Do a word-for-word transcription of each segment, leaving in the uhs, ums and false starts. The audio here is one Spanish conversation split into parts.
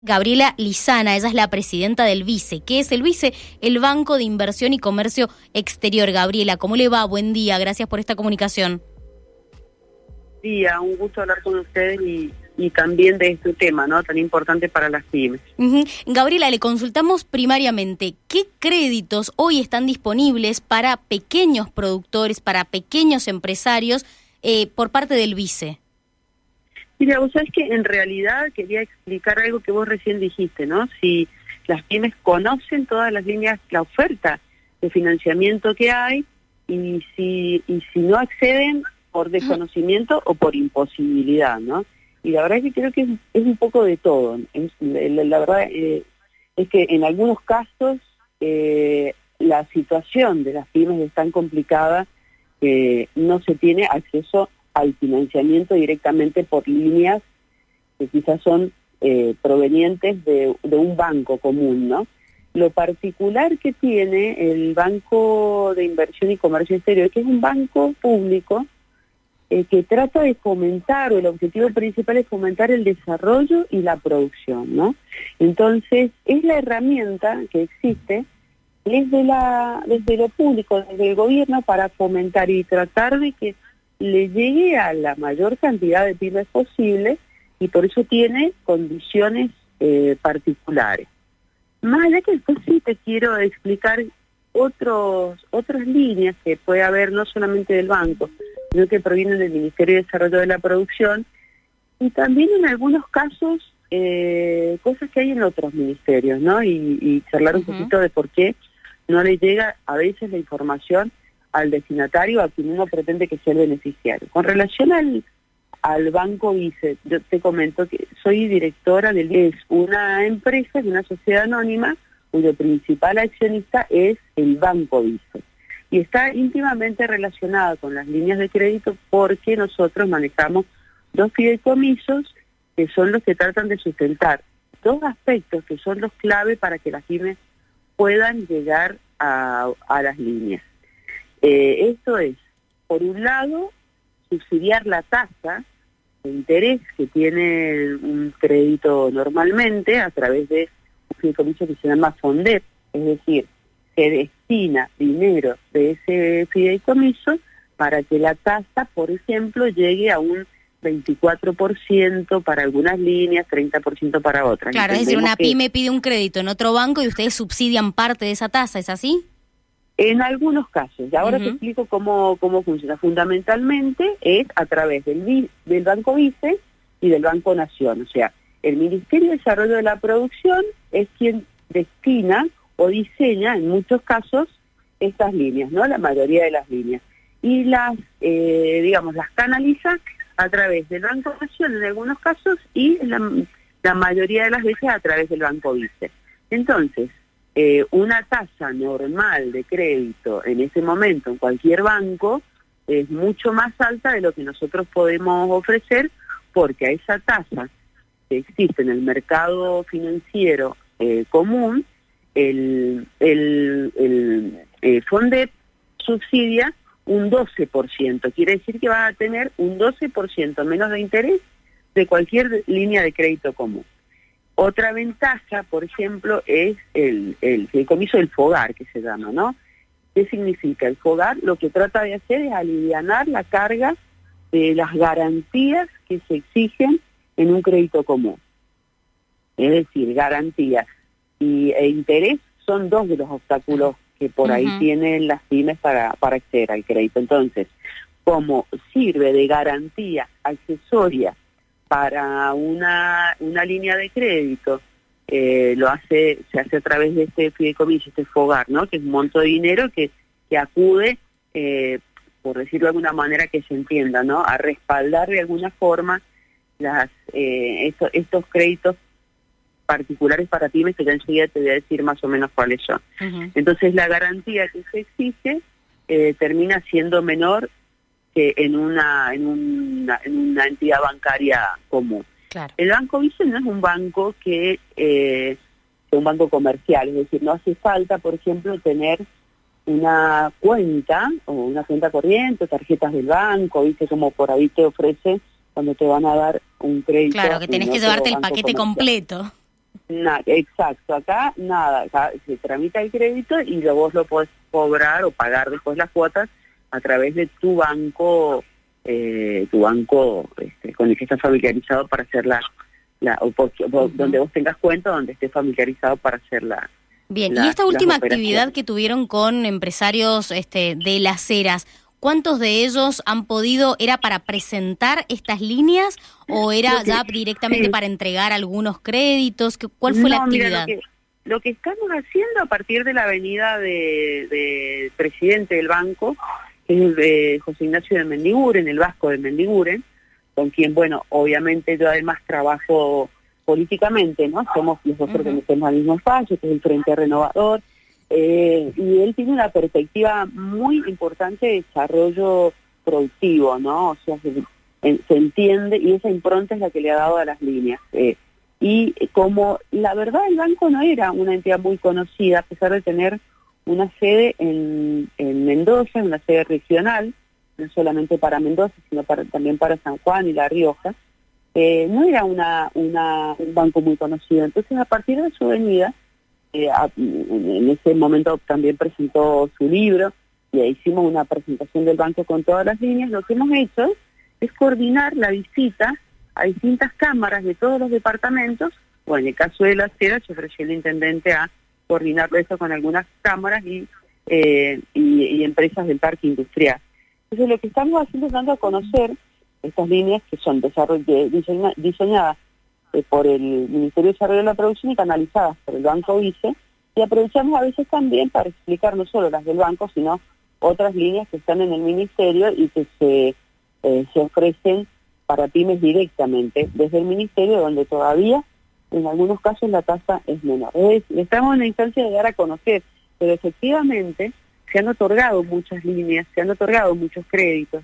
Gabriela Lizana, ella es la presidenta del BICE. ¿Qué es el BICE? El Banco de Inversión y Comercio Exterior. Gabriela, ¿cómo le va? Buen día, gracias por esta comunicación. Día, un gusto hablar con ustedes y, y también de este tema, ¿no? Tan importante para las pymes. Uh-huh. Gabriela, le consultamos primariamente, ¿qué créditos hoy están disponibles para pequeños productores, para pequeños empresarios eh, por parte del BICE? Mira, vos sabés que en realidad quería explicar algo que vos recién dijiste, ¿no? Si las pymes conocen todas las líneas, la oferta de financiamiento que hay y si, y si no acceden por desconocimiento uh-huh. o por imposibilidad, ¿no? Y la verdad es que creo que es, es un poco de todo. Es, la, la verdad eh, es que en algunos casos eh, la situación de las pymes es tan complicada que no se tiene acceso al financiamiento directamente por líneas que quizás son eh, provenientes de, de un banco común, ¿no? Lo particular que tiene el Banco de Inversión y Comercio Exterior, que es un banco público eh, que trata de fomentar, o el objetivo principal es fomentar el desarrollo y la producción, ¿no? Entonces, es la herramienta que existe desde, la, desde lo público, desde el gobierno, para fomentar y tratar de que le llegue a la mayor cantidad de pymes posible, y por eso tiene condiciones eh, particulares. Más allá que después sí te quiero explicar otros otras líneas que puede haber, no solamente del banco, sino que provienen del Ministerio de Desarrollo de la Producción, y también en algunos casos eh, cosas que hay en otros ministerios, ¿no? Y, y charlar un uh-huh. poquito de por qué no le llega a veces la información al destinatario, a quien uno pretende que sea el beneficiario. Con relación al, al Banco BICE, yo te comento que soy directora del es una empresa, de una sociedad anónima, cuyo principal accionista es el Banco BICE. Y está íntimamente relacionada con las líneas de crédito porque nosotros manejamos dos fideicomisos que son los que tratan de sustentar dos aspectos que son los clave para que las pymes puedan llegar a, a las líneas. Eh, esto es, por un lado, subsidiar la tasa de interés que tiene un crédito normalmente a través de un fideicomiso que se llama FONDEP, es decir, se destina dinero de ese fideicomiso para que la tasa, por ejemplo, llegue a un veinticuatro por ciento para algunas líneas, treinta por ciento para otras. Claro, es decir, una pyme pide un crédito en otro banco y ustedes subsidian parte de esa tasa, ¿es así? En algunos casos, y ahora uh-huh. te explico cómo, cómo funciona. Fundamentalmente es a través del, del Banco BICE y del Banco Nación. O sea, el Ministerio de Desarrollo de la Producción es quien destina o diseña, en muchos casos, estas líneas, ¿no? La mayoría de las líneas. Y las, eh, digamos, las canaliza a través del Banco Nación en algunos casos y la, la mayoría de las veces a través del Banco BICE. Entonces, Eh, una tasa normal de crédito en ese momento en cualquier banco es mucho más alta de lo que nosotros podemos ofrecer, porque a esa tasa que existe en el mercado financiero eh, común, el, el, el eh, FONDEP subsidia un doce por ciento, quiere decir que va a tener un doce por ciento menos de interés de cualquier línea de crédito común. Otra ventaja, por ejemplo, es el, el fideicomiso del FOGAR, que se llama, ¿no? ¿Qué significa? El FOGAR lo que trata de hacer es alivianar la carga de las garantías que se exigen en un crédito común. Es decir, garantías y, e interés son dos de los obstáculos que por uh-huh. ahí tienen las pymes para, para acceder al crédito. Entonces, como sirve de garantía accesoria para una una línea de crédito, eh, lo hace se hace a través de este fideicomiso, este FOGAR, ¿no? Que es un monto de dinero que, que acude, eh, por decirlo de alguna manera que se entienda, ¿no? A respaldar de alguna forma las eh, estos, estos créditos particulares para pymes, que ya enseguida te voy a decir más o menos cuáles son. Uh-huh. Entonces la garantía que se exige eh, termina siendo menor que en una en una en una entidad bancaria común. Claro. El Banco BICE no es un banco que eh, es un banco comercial, es decir, no hace falta, por ejemplo, tener una cuenta o una cuenta corriente, tarjetas del banco, viste como por ahí te ofrece cuando te van a dar un crédito. Claro, que tenés que llevarte el paquete completo. Na, exacto, acá nada, acá se tramita el crédito y luego vos lo podés cobrar o pagar después las cuotas a través de tu banco, eh, tu banco este, con el que estás familiarizado para hacer la, la o, por, o uh-huh. donde vos tengas cuenta, donde estés familiarizado para hacer la. Bien, la, y esta última actividad que tuvieron con empresarios este, de Las Heras, ¿cuántos de ellos han podido, era para presentar estas líneas o era que, ya directamente sí. para entregar algunos créditos? ¿Cuál fue no, la actividad? Mira, lo, que, lo que estamos haciendo a partir de la venida del de presidente del banco, que es de José Ignacio de Mendiguren, el vasco de Mendiguren, con quien, bueno, obviamente yo además trabajo políticamente, ¿no? Somos los dos uh-huh. pertenecemos al mismo espacio, que es el Frente Renovador, Eh, y él tiene una perspectiva muy importante de desarrollo productivo, ¿no? O sea, se, se entiende, y esa impronta es la que le ha dado a las líneas. Eh, y como la verdad el banco no era una entidad muy conocida, a pesar de tener una sede en, en Mendoza, una sede regional, no solamente para Mendoza, sino para, también para San Juan y La Rioja, eh, no era una, una, un banco muy conocido. Entonces, a partir de su venida, Eh, a, en ese momento también presentó su libro y hicimos una presentación del banco con todas las líneas. Lo que hemos hecho es coordinar la visita a distintas cámaras de todos los departamentos, o en el caso de Las Heras, se ofreció el intendente a coordinarlo eso con algunas cámaras y, eh, y, y empresas del parque industrial. Entonces lo que estamos haciendo es dando a conocer estas líneas que son desarroll- diseña- diseñadas por el Ministerio de Desarrollo de la Producción y canalizadas por el Banco Vice, y aprovechamos a veces también para explicar no solo las del banco, sino otras líneas que están en el Ministerio y que se, eh, se ofrecen para pymes directamente desde el Ministerio, donde todavía en algunos casos la tasa es menor. Es, estamos en la instancia de dar a conocer, pero efectivamente se han otorgado muchas líneas, se han otorgado muchos créditos.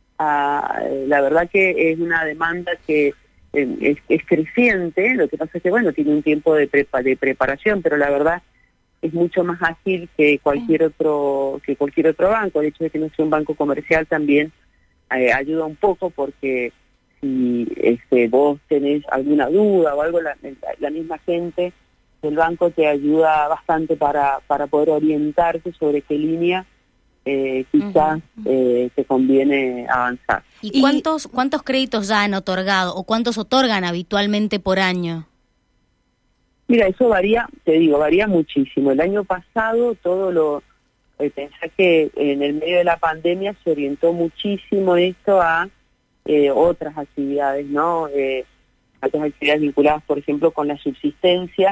Ah, la verdad que es una demanda que Es, es creciente, lo que pasa es que, bueno, tiene un tiempo de, prepa, de preparación, pero la verdad es mucho más ágil que cualquier otro que cualquier otro banco. El hecho de que no sea un banco comercial también eh, ayuda un poco, porque si este, vos tenés alguna duda o algo, la, la misma gente del banco te ayuda bastante para, para poder orientarte sobre qué línea Eh, quizás uh-huh. eh, te conviene avanzar. ¿Y cuántos cuántos créditos ya han otorgado o cuántos otorgan habitualmente por año? Mira, eso varía, te digo, varía muchísimo. El año pasado todo lo... Eh, pensá que en el medio de la pandemia se orientó muchísimo esto a eh, otras actividades, ¿no? Eh, otras actividades vinculadas, por ejemplo, con la subsistencia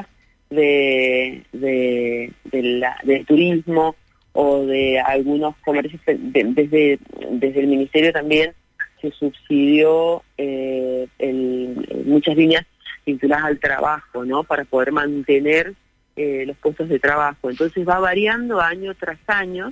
de, de, de la, del turismo, o de algunos comercios. De, desde, desde el Ministerio también se subsidió eh, el, muchas líneas vinculadas al trabajo, ¿no? Para poder mantener eh, los puestos de trabajo. Entonces va variando año tras año,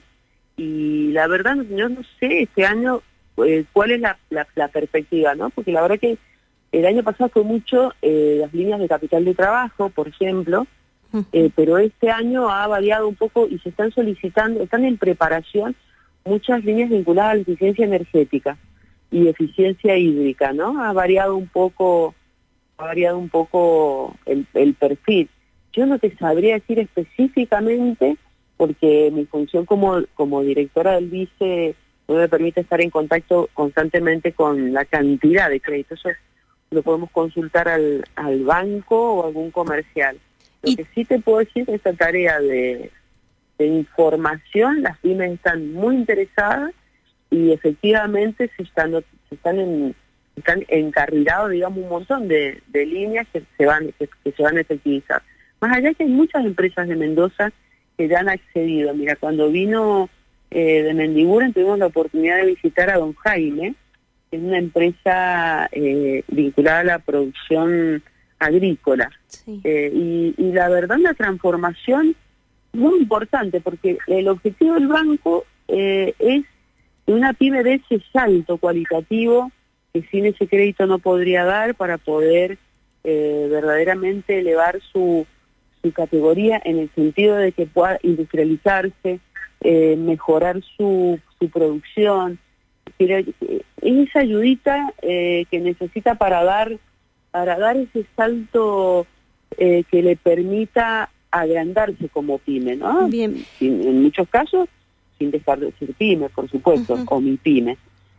y la verdad yo no sé este año eh, cuál es la, la, la perspectiva, ¿no? Porque la verdad que el año pasado fue mucho eh, las líneas de capital de trabajo, por ejemplo, Eh, pero este año ha variado un poco y se están solicitando, están en preparación muchas líneas vinculadas a la eficiencia energética y eficiencia hídrica, ¿no? Ha variado un poco, ha variado un poco el, el perfil. Yo no te sabría decir específicamente, porque mi función como, como directora del Vice no me permite estar en contacto constantemente con la cantidad de créditos. Eso lo podemos consultar al, al banco o algún comercial. Lo y... que sí te puedo decir es esta tarea de, de información, las pymes están muy interesadas y efectivamente se están se están en, están encarrilados, digamos, un montón de, de líneas que se van que, que se van a efectivizar. Más allá que hay muchas empresas de Mendoza que ya han accedido. Mira, cuando vino eh, de Mendiguren tuvimos la oportunidad de visitar a Don Jaime, que es una empresa eh, vinculada a la producción agrícola. Sí. Eh, y, y la verdad la transformación muy importante, porque el objetivo del banco eh, es que una pyme de ese salto cualitativo que sin ese crédito no podría dar, para poder eh, verdaderamente elevar su, su categoría en el sentido de que pueda industrializarse, eh, mejorar su, su producción. Pero es esa ayudita eh, que necesita para dar para dar ese salto eh, que le permita agrandarse como pyme, ¿no? Bien. En, en muchos casos, sin dejar de ser pyme, por supuesto, uh-huh. o mi pyme.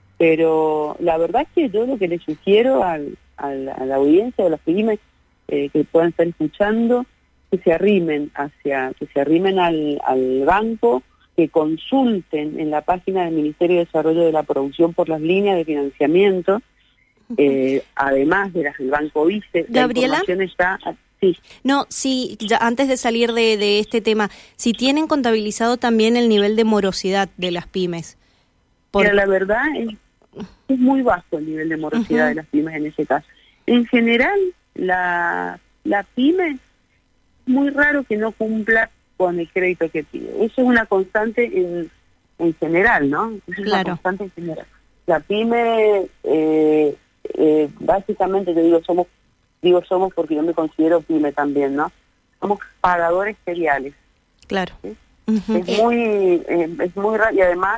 Pero la verdad es que yo lo que le sugiero al, al, a la audiencia de las pymes eh, que puedan estar escuchando, que se arrimen hacia, que se arrimen al, al banco, que consulten en la página del Ministerio de Desarrollo de la Producción por las líneas de financiamiento, uh-huh. eh, además de las del Banco Vice. Gabriela, la información está... Sí. No, sí, ya antes de salir de, de este tema, si tienen contabilizado también el nivel de morosidad de las pymes. Por... Pero la verdad es, es muy bajo el nivel de morosidad uh-huh. de las pymes en ese caso. En general, la, la pyme es muy raro que no cumpla con el crédito que pide. Eso es una constante en, en general, ¿no? Eso es claro. una constante en general. La pyme, eh, eh, básicamente, te digo, somos Digo somos porque yo me considero pyme también, ¿no? Somos pagadores seriales. Claro. ¿Sí? Uh-huh. Es muy eh, es muy raro y además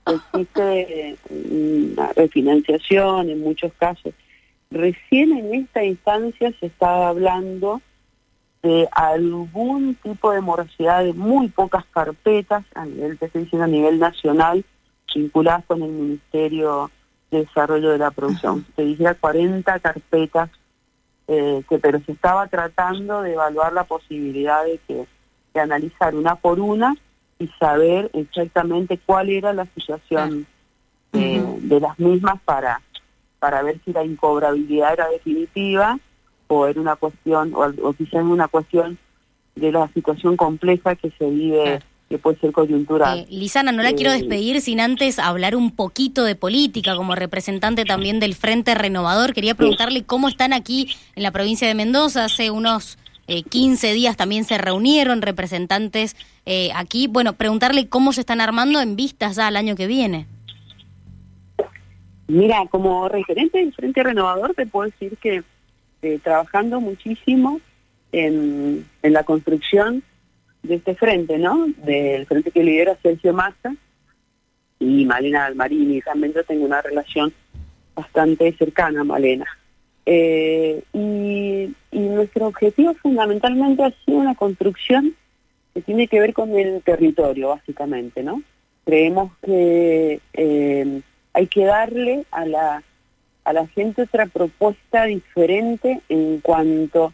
existe una refinanciación en muchos casos. Recién en esta instancia se estaba hablando de algún tipo de morosidad de muy pocas carpetas, a nivel, te estoy diciendo a nivel nacional, vinculadas con el Ministerio de Desarrollo de la Producción. Uh-huh. Te dijera cuarenta carpetas. Eh, que pero se estaba tratando de evaluar la posibilidad de que de analizar una por una y saber exactamente cuál era la situación de, uh-huh. de las mismas para para ver si la incobrabilidad era definitiva o era una cuestión o, o quizás una cuestión de la situación compleja que se vive, uh-huh. que puede ser coyuntural. Eh, Lizana, no la eh, quiero despedir sin antes hablar un poquito de política, como representante también del Frente Renovador. Quería preguntarle sí. cómo están aquí en la provincia de Mendoza. Hace unos eh, quince días también se reunieron representantes eh, aquí. Bueno, preguntarle cómo se están armando en vistas ya al año que viene. Mira, como referente del Frente Renovador te puedo decir que eh, trabajando muchísimo en, en la construcción de este frente, ¿no? Del frente que lidera Sergio Massa y Malena Almarini. También yo tengo una relación bastante cercana a Malena. Eh, y, y nuestro objetivo fundamentalmente ha sido una construcción que tiene que ver con el territorio, básicamente, ¿no? Creemos que eh, hay que darle a la, a la gente otra propuesta diferente en cuanto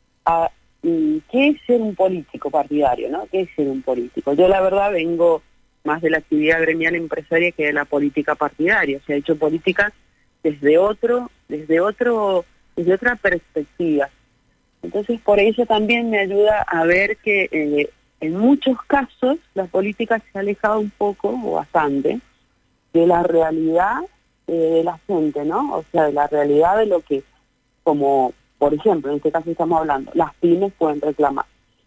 a ¿qué es ser un político partidario, no? ¿Qué es ser un político? Yo la verdad vengo más de la actividad gremial empresaria que de la política partidaria. Se ha hecho política desde otro, desde otro, desde otra perspectiva. Entonces por eso también me ayuda a ver que eh, en muchos casos la política se ha alejado un poco o bastante de la realidad eh, de la gente, ¿no? O sea, de la realidad de lo que como por ejemplo, en este caso estamos hablando, las pymes pueden reclamar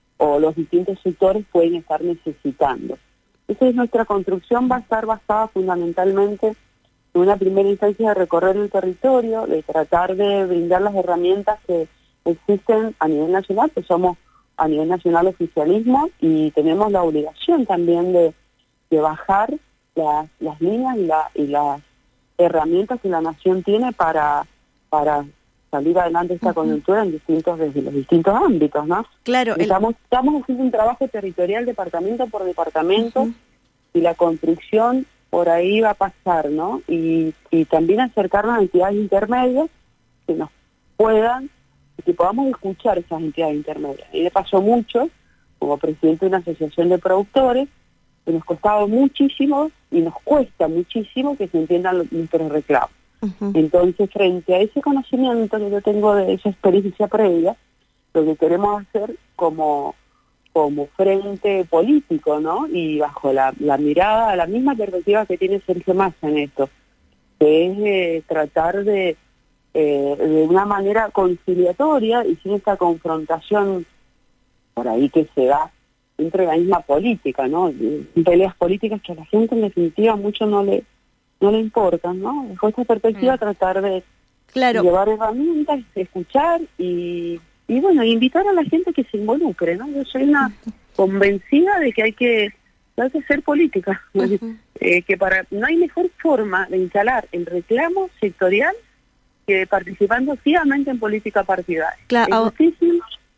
o los distintos sectores pueden estar necesitando. Entonces nuestra construcción va a estar basada fundamentalmente en una primera instancia de recorrer el territorio, de tratar de brindar las herramientas que existen a nivel nacional, que somos a nivel nacional oficialismo y tenemos la obligación también de, de bajar las, las líneas y, la, y las herramientas que la nación tiene para... para salir adelante esta uh-huh. coyuntura en distintos desde los distintos ámbitos, ¿no? Claro. El... Estamos, estamos haciendo un trabajo territorial departamento por departamento uh-huh. y la construcción por ahí va a pasar, ¿no? Y, y también acercarnos a entidades intermedias que nos puedan, que podamos escuchar esas entidades intermedias. Y le pasó mucho, como presidente de una asociación de productores, que nos costaba muchísimo y nos cuesta muchísimo que se entiendan los, nuestros reclamos. Uh-huh. Entonces, frente a ese conocimiento que yo tengo de esa experiencia previa, lo que queremos hacer como, como frente político, ¿no? Y bajo la, la mirada, la misma perspectiva que tiene Sergio Massa en esto, que es eh, tratar de, eh, de una manera conciliatoria y sin esta confrontación por ahí que se da entre la misma política, ¿no? Peleas políticas que a la gente en definitiva mucho no le no le importan, ¿no? Bajo esta perspectiva mm. tratar de claro. llevar herramientas, escuchar y, y bueno, invitar a la gente que se involucre, ¿no? Yo soy una convencida de que hay que, hay que hacer política, uh-huh. eh, que para no hay mejor forma de instalar el reclamo sectorial que participando activamente en política partidaria. Claro. Es difícil,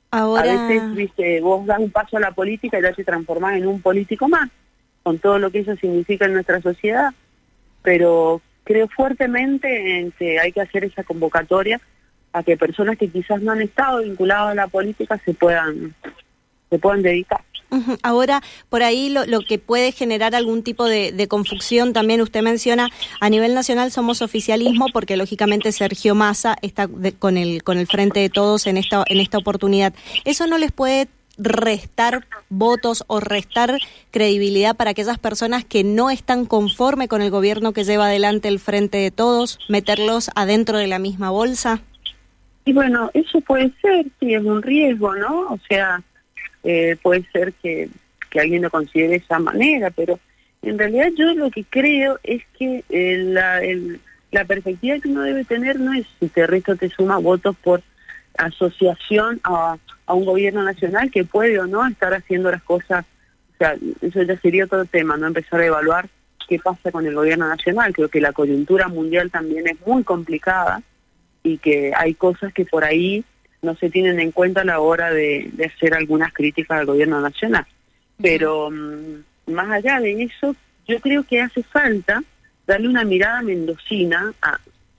Ahora... A veces, viste, vos das un paso a la política y ya te transformás en un político más, con todo lo que eso significa en nuestra sociedad, pero creo fuertemente en que hay que hacer esa convocatoria a que personas que quizás no han estado vinculadas a la política se puedan, se puedan dedicar. Uh-huh. Ahora, por ahí lo, lo que puede generar algún tipo de, de confusión, también usted menciona, a nivel nacional somos oficialismo porque lógicamente Sergio Massa está de, con el con el Frente de Todos en esta en esta oportunidad. ¿Eso no les puede restar votos o restar credibilidad para aquellas personas que no están conforme con el gobierno que lleva adelante el Frente de Todos, meterlos adentro de la misma bolsa? Y bueno, eso puede ser, sí, es un riesgo, ¿no? O sea... Eh, puede ser que, que alguien lo considere de esa manera, pero en realidad yo lo que creo es que eh, la, el, la perspectiva que uno debe tener no es si te resto te suma votos por asociación a, a un gobierno nacional que puede o no estar haciendo las cosas, o sea, eso ya sería otro tema, no empezar a evaluar qué pasa con el gobierno nacional. Creo que la coyuntura mundial también es muy complicada y que hay cosas que por ahí no se tienen en cuenta a la hora de, de hacer algunas críticas al gobierno nacional. Pero um, más allá de eso, yo creo que hace falta darle una mirada mendocina a,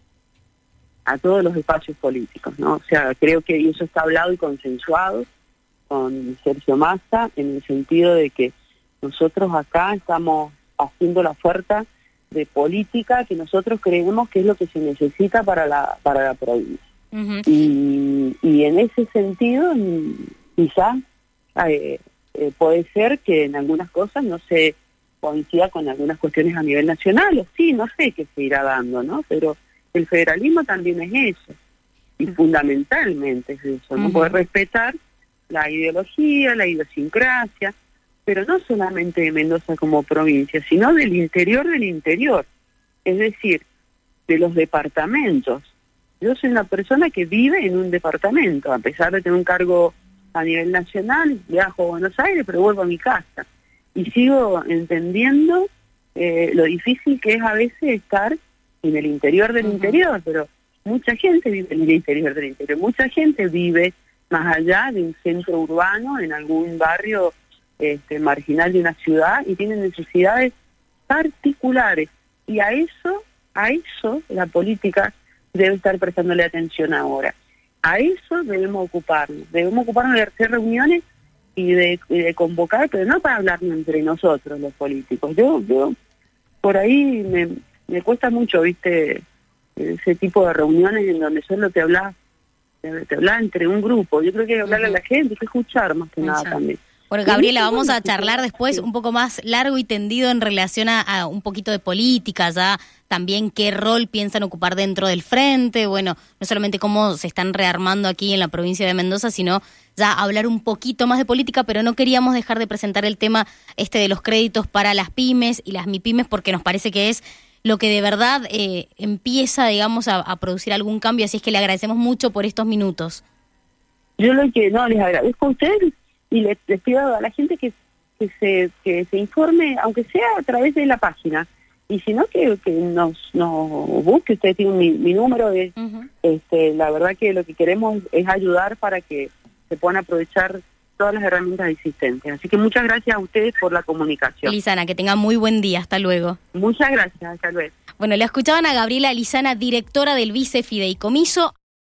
a todos los espacios políticos, ¿no? O sea, creo que eso está hablado y consensuado con Sergio Massa, en el sentido de que nosotros acá estamos haciendo la oferta de política que nosotros creemos que es lo que se necesita para la, para la provincia. Uh-huh. y, y en ese sentido quizás eh, eh, puede ser que en algunas cosas no se coincida con algunas cuestiones a nivel nacional, o sí, no sé qué se irá dando, ¿no? Pero el federalismo también es eso, y uh-huh. fundamentalmente es eso, ¿no? Uh-huh. Poder respetar la ideología, la idiosincrasia, pero no solamente de Mendoza como provincia, sino del interior del interior, es decir, de los departamentos. Yo soy una persona que vive en un departamento, a pesar de tener un cargo a nivel nacional, viajo a Buenos Aires, pero vuelvo a mi casa. Y sigo entendiendo eh, lo difícil que es a veces estar en el interior del uh-huh. interior, pero mucha gente vive en el interior del interior, mucha gente vive más allá de un centro urbano, en algún barrio este, marginal de una ciudad, y tiene necesidades particulares. Y a eso, a eso la política debe estar prestándole atención ahora. A eso debemos ocuparnos. Debemos ocuparnos de hacer reuniones y de, y de convocar, pero no para hablarnos entre nosotros los políticos. Yo, yo por ahí me, me cuesta mucho, viste, ese tipo de reuniones en donde solo te hablas, te, te hablas entre un grupo. Yo creo que hay que hablarle uh-huh. a la gente, hay que escuchar más que nada también. Bueno, Gabriela, vamos a charlar después un poco más largo y tendido en relación a, a un poquito de política, ya también qué rol piensan ocupar dentro del frente, bueno, no solamente cómo se están rearmando aquí en la provincia de Mendoza, sino ya hablar un poquito más de política, pero no queríamos dejar de presentar el tema este de los créditos para las pymes y las MIPYMES, porque nos parece que es lo que de verdad eh, empieza, digamos, a, a producir algún cambio, así es que le agradecemos mucho por estos minutos. Yo lo que no les agradezco a ustedes y les, les pido a la gente que, que se que se informe, aunque sea a través de la página, y si no, que, que nos, nos busque. Ustedes tienen mi, mi número, de, uh-huh. este, la verdad que lo que queremos es ayudar para que se puedan aprovechar todas las herramientas existentes. Así que muchas gracias a ustedes por la comunicación. Lizana, que tenga muy buen día, hasta luego. Muchas gracias, hasta luego. Bueno, le escuchaban a Gabriela Lizana, directora del Vice Fideicomiso.